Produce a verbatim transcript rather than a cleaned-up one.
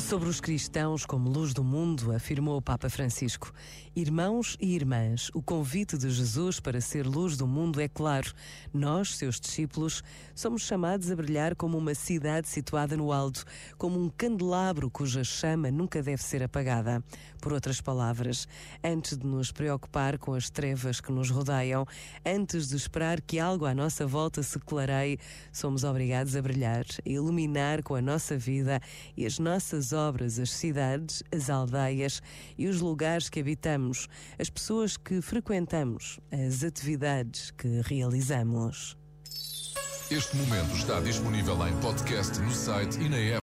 Sobre os cristãos como luz do mundo, afirmou o Papa Francisco: irmãos e irmãs, o convite de Jesus para ser luz do mundo é claro. Nós, seus discípulos, somos chamados a brilhar como uma cidade situada no alto, como um candelabro cuja chama nunca deve ser apagada. Por outras palavras, antes de nos preocupar com as trevas que nos rodeiam, antes de esperar que algo à nossa volta se clareie, somos obrigados a brilhar, a iluminar com a nossa vida e as nossas obras as cidades, as aldeias e os lugares que habitamos, as pessoas que frequentamos, as atividades que realizamos. Este momento está disponível em podcast no site e na app.